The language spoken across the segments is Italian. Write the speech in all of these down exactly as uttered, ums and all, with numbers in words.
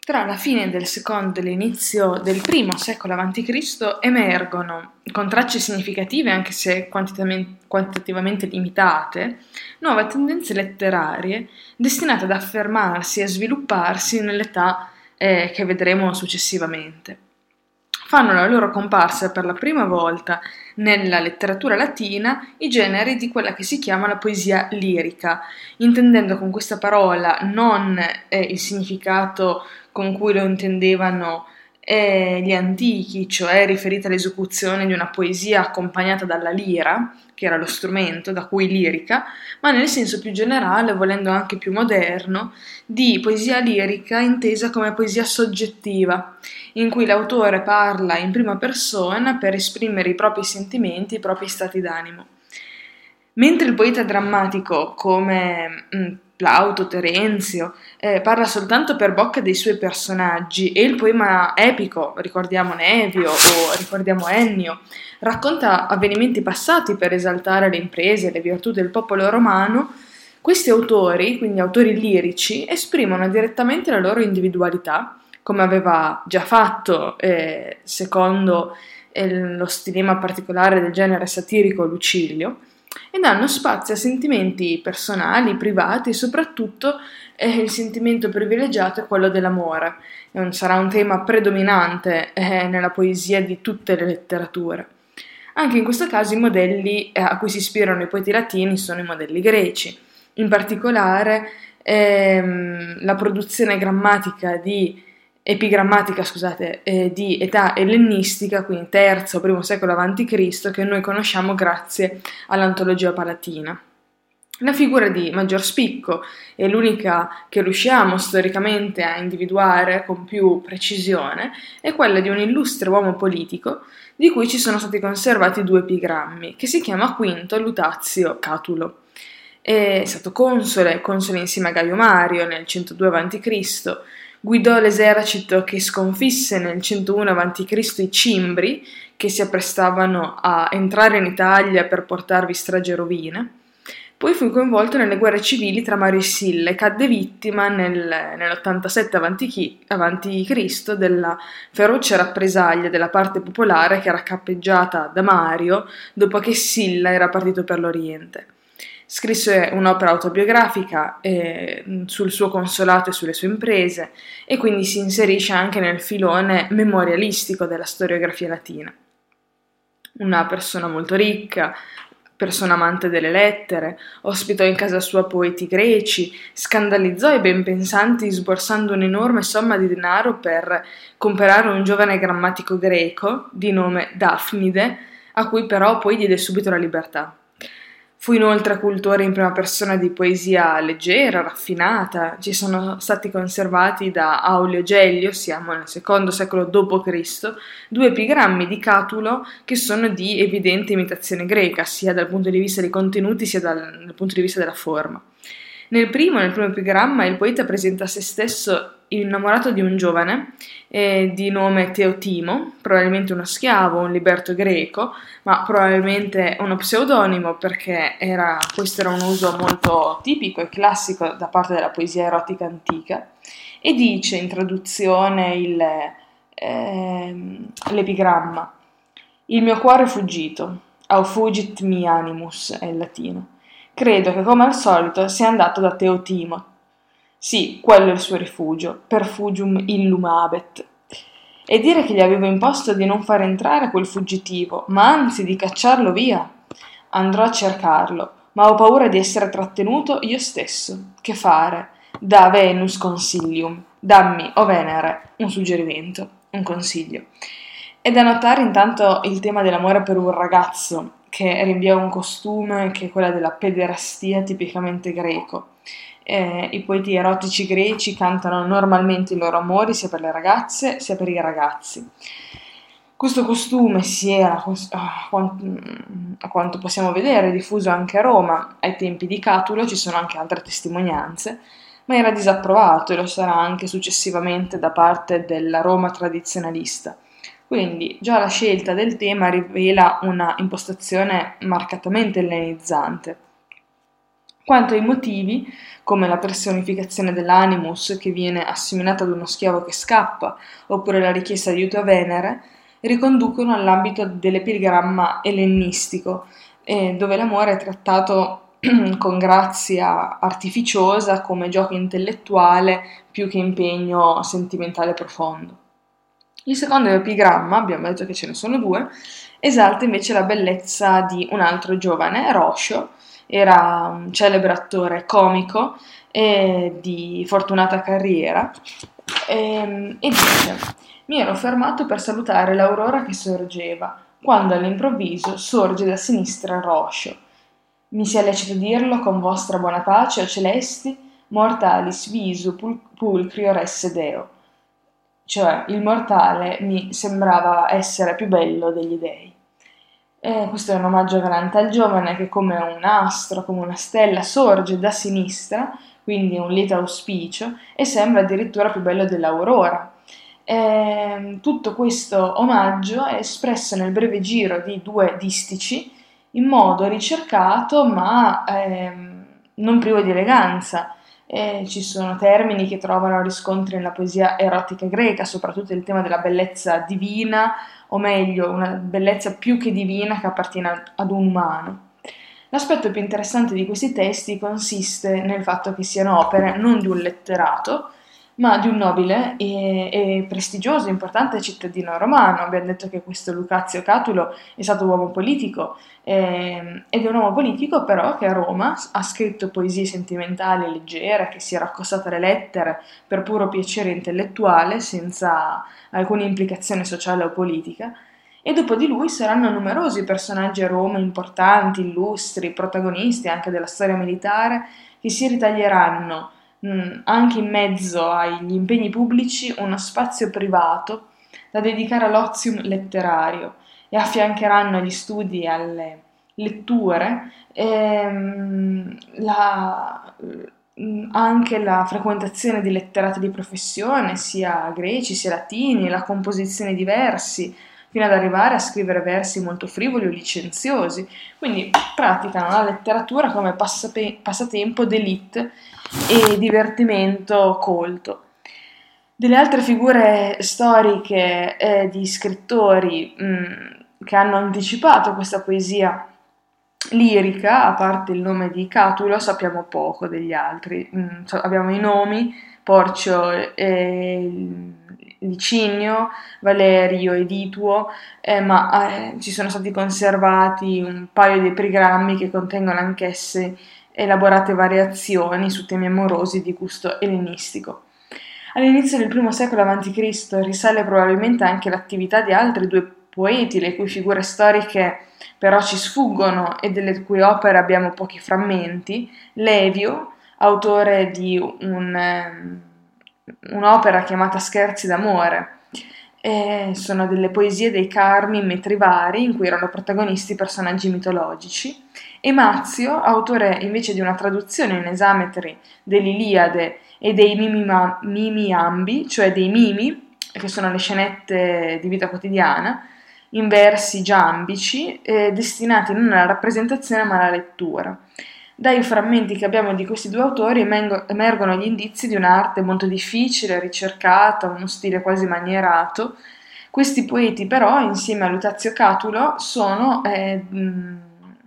Tra la fine del secondo e l'inizio del primo secolo avanti Cristo emergono, con tracce significative anche se quantitativamente limitate, nuove tendenze letterarie destinate ad affermarsi e svilupparsi nell'età eh, che vedremo successivamente. Fanno la loro comparsa per la prima volta nella letteratura latina i generi di quella che si chiama la poesia lirica, intendendo con questa parola non eh, il significato con cui lo intendevano eh, gli antichi, cioè riferita all'esecuzione di una poesia accompagnata dalla lira, che era lo strumento da cui lirica, ma nel senso più generale, volendo anche più moderno, di poesia lirica intesa come poesia soggettiva, in cui l'autore parla in prima persona per esprimere i propri sentimenti, i propri stati d'animo. Mentre il poeta drammatico, come mh, Plauto, Terenzio, eh, parla soltanto per bocca dei suoi personaggi, e il poema epico, ricordiamo Nevio o ricordiamo Ennio, racconta avvenimenti passati per esaltare le imprese e le virtù del popolo romano, questi autori, quindi autori lirici, esprimono direttamente la loro individualità, come aveva già fatto, eh, secondo eh, lo stilema particolare del genere satirico Lucilio, e danno spazio a sentimenti personali, privati e soprattutto eh, il sentimento privilegiato è quello dell'amore. Non sarà un tema predominante eh, nella poesia di tutte le letterature. Anche in questo caso i modelli eh, a cui si ispirano i poeti latini sono i modelli greci. In particolare ehm, la produzione grammatica di epigrammatica, scusate, eh, di età ellenistica, quindi terzo o primo secolo avanti Cristo, che noi conosciamo grazie all'antologia palatina. La figura di maggior spicco è l'unica che riusciamo storicamente a individuare con più precisione, è quella di un illustre uomo politico di cui ci sono stati conservati due epigrammi, che si chiama Quinto Lutazio Catulo. È stato console, console insieme a Gaio Mario nel centodue avanti Cristo, guidò l'esercito che sconfisse nel centouno avanti Cristo i Cimbri, che si apprestavano a entrare in Italia per portarvi strage e rovine. Poi fu coinvolto nelle guerre civili tra Mario e Silla e cadde vittima nel, nell'ottantasette avanti Cristo della feroce rappresaglia della parte popolare che era cappeggiata da Mario dopo che Silla era partito per l'Oriente. Scrisse un'opera autobiografica eh, sul suo consolato e sulle sue imprese e quindi si inserisce anche nel filone memorialistico della storiografia latina. Una persona molto ricca, persona amante delle lettere, ospitò in casa sua poeti greci, scandalizzò i ben pensanti sborsando un'enorme somma di denaro per comprare un giovane grammatico greco di nome Dafnide, a cui però poi diede subito la libertà. Fu inoltre cultore in prima persona di poesia leggera, raffinata. Ci sono stati conservati da Aulio Gelio, siamo nel secondo secolo dopo Cristo, due epigrammi di Catulo che sono di evidente imitazione greca, sia dal punto di vista dei contenuti sia dal, dal punto di vista della forma. Nel primo, nel primo epigramma, il poeta presenta se stesso innamorato di un giovane eh, di nome Teotimo, probabilmente uno schiavo, un liberto greco, ma probabilmente uno pseudonimo perché era, questo era un uso molto tipico e classico da parte della poesia erotica antica, e dice in traduzione il, eh, l'epigramma: il mio cuore è fuggito, au fugit mi animus è il latino. Credo che come al solito sia andato da Teotimo. Sì, quello è il suo rifugio, perfugium illum habet. E dire che gli avevo imposto di non far entrare quel fuggitivo, ma anzi di cacciarlo via. Andrò a cercarlo, ma ho paura di essere trattenuto io stesso. Che fare? Da Venus consiglium. Dammi, o Venere, un suggerimento, un consiglio. È da notare intanto il tema dell'amore per un ragazzo, che rinvia un costume che è quella della pederastia tipicamente greco. Eh, I poeti erotici greci cantano normalmente i loro amori sia per le ragazze sia per i ragazzi. Questo costume si era, a quanto possiamo vedere, diffuso anche a Roma. Ai tempi di Catulo ci sono anche altre testimonianze, ma era disapprovato e lo sarà anche successivamente da parte della Roma tradizionalista. Quindi già la scelta del tema rivela una impostazione marcatamente ellenizzante. Quanto ai motivi, come la personificazione dell'animus che viene assimilata ad uno schiavo che scappa, oppure la richiesta di aiuto a Venere, riconducono all'ambito dell'epigramma ellenistico, eh, dove l'amore è trattato con grazia artificiosa come gioco intellettuale più che impegno sentimentale profondo. Il secondo epigramma, abbiamo detto che ce ne sono due, esalta invece la bellezza di un altro giovane, Roscio, era un celebre attore comico e di fortunata carriera, e, e dice: mi ero fermato per salutare l'aurora che sorgeva, quando all'improvviso sorge da sinistra Roscio. Mi sia lecito dirlo con vostra buona pace, o celesti, mortalis visu pul- pulcrio resse Deo. Cioè, il mortale mi sembrava essere più bello degli dei. E questo è un omaggio grande al giovane che, come un astro, come una stella, sorge da sinistra, quindi un lieto auspicio, e sembra addirittura più bello dell'aurora. E tutto questo omaggio è espresso nel breve giro di due distici in modo ricercato ma ehm, non privo di eleganza. E ci sono termini che trovano riscontri nella poesia erotica greca, soprattutto il tema della bellezza divina, o meglio, una bellezza più che divina che appartiene ad un umano. L'aspetto più interessante di questi testi consiste nel fatto che siano opere non di un letterato, ma di un nobile e, e prestigioso, importante cittadino romano. Abbiamo detto che questo Lucazio Catulo è stato uomo politico, eh, ed è un uomo politico però che a Roma ha scritto poesie sentimentali e leggere, che si era accostato alle lettere per puro piacere intellettuale, senza alcuna implicazione sociale o politica, e dopo di lui saranno numerosi personaggi a Roma importanti, illustri, protagonisti anche della storia militare, che si ritaglieranno mh, anche in mezzo agli impegni pubblici uno spazio privato da dedicare all'ozium letterario e affiancheranno agli studi e alle letture ehm, la, anche la frequentazione di letterati di professione, sia greci sia latini, la composizione di versi, fino ad arrivare a scrivere versi molto frivoli o licenziosi. Quindi praticano la letteratura come passape- passatempo d'élite e divertimento colto. Delle altre figure storiche eh, di scrittori mh, che hanno anticipato questa poesia lirica, a parte il nome di Catulo, sappiamo poco degli altri. Mm, so- abbiamo i nomi: Porcio, eh, Licinio, Valerio e Dituo, eh, ma eh, ci sono stati conservati un paio di epigrammi che contengono anch'esse elaborate variazioni su temi amorosi di gusto ellenistico. All'inizio del primo secolo avanti Cristo risale probabilmente anche l'attività di altri due poeti, le cui figure storiche però ci sfuggono e delle cui opere abbiamo pochi frammenti. Levio, autore di un, ehm, un'opera chiamata Scherzi d'amore, e sono delle poesie dei Carmi in metri vari in cui erano protagonisti personaggi mitologici, e Mazio, autore invece di una traduzione in esametri dell'Iliade e dei mimima, mimiambi, cioè dei mimi, che sono le scenette di vita quotidiana, in versi giambici, eh, destinati non alla rappresentazione ma alla lettura. Dai frammenti che abbiamo di questi due autori emergono gli indizi di un'arte molto difficile, ricercata, uno stile quasi manierato. Questi poeti però, insieme a Lutazio Catulo, sono eh, mh,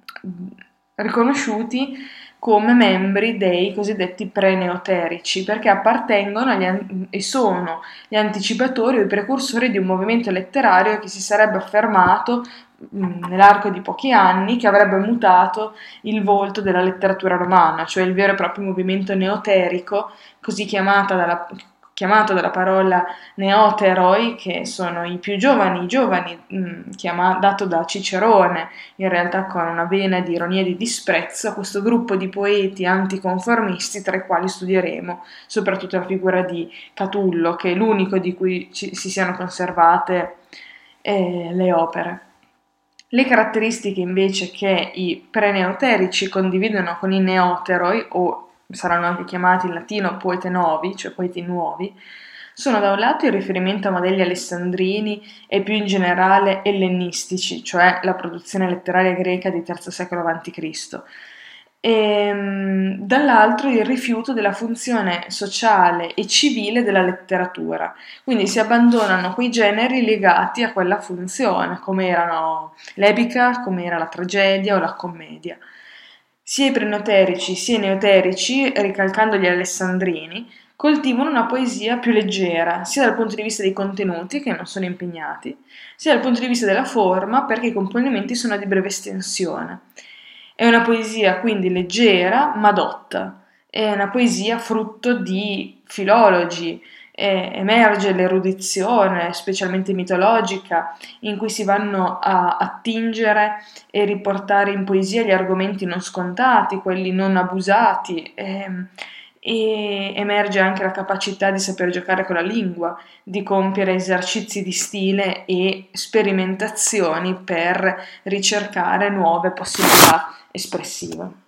riconosciuti come membri dei cosiddetti pre-neoterici, perché appartengono agli an- e sono gli anticipatori o i precursori di un movimento letterario che si sarebbe affermato mh, nell'arco di pochi anni, che avrebbe mutato il volto della letteratura romana, cioè il vero e proprio movimento neoterico, così chiamata dalla, chiamato dalla parola neoteroi, che sono i più giovani, i giovani, mh, chiama, dato da Cicerone, in realtà con una vena di ironia e di disprezzo, a questo gruppo di poeti anticonformisti, tra i quali studieremo soprattutto la figura di Catullo, che è l'unico di cui ci, si siano conservate eh, le opere. Le caratteristiche invece che i pre-neoterici condividono con i neoteroi, o saranno anche chiamati in latino poete novi, cioè poeti nuovi, sono da un lato il riferimento a modelli alessandrini e più in generale ellenistici, cioè la produzione letteraria greca di terzo secolo avanti Cristo, e mh, dall'altro il rifiuto della funzione sociale e civile della letteratura. Quindi si abbandonano quei generi legati a quella funzione, come erano l'epica, come era la tragedia o la commedia. Sia i prenoterici sia i neoterici, ricalcando gli alessandrini, coltivano una poesia più leggera, sia dal punto di vista dei contenuti, che non sono impegnati, sia dal punto di vista della forma, perché i componimenti sono di breve estensione. È una poesia quindi leggera ma dotta, è una poesia frutto di filologi, eh, emerge l'erudizione, specialmente mitologica, in cui si vanno a attingere e riportare in poesia gli argomenti non scontati, quelli non abusati, ehm, e emerge anche la capacità di saper giocare con la lingua, di compiere esercizi di stile e sperimentazioni per ricercare nuove possibilità espressive.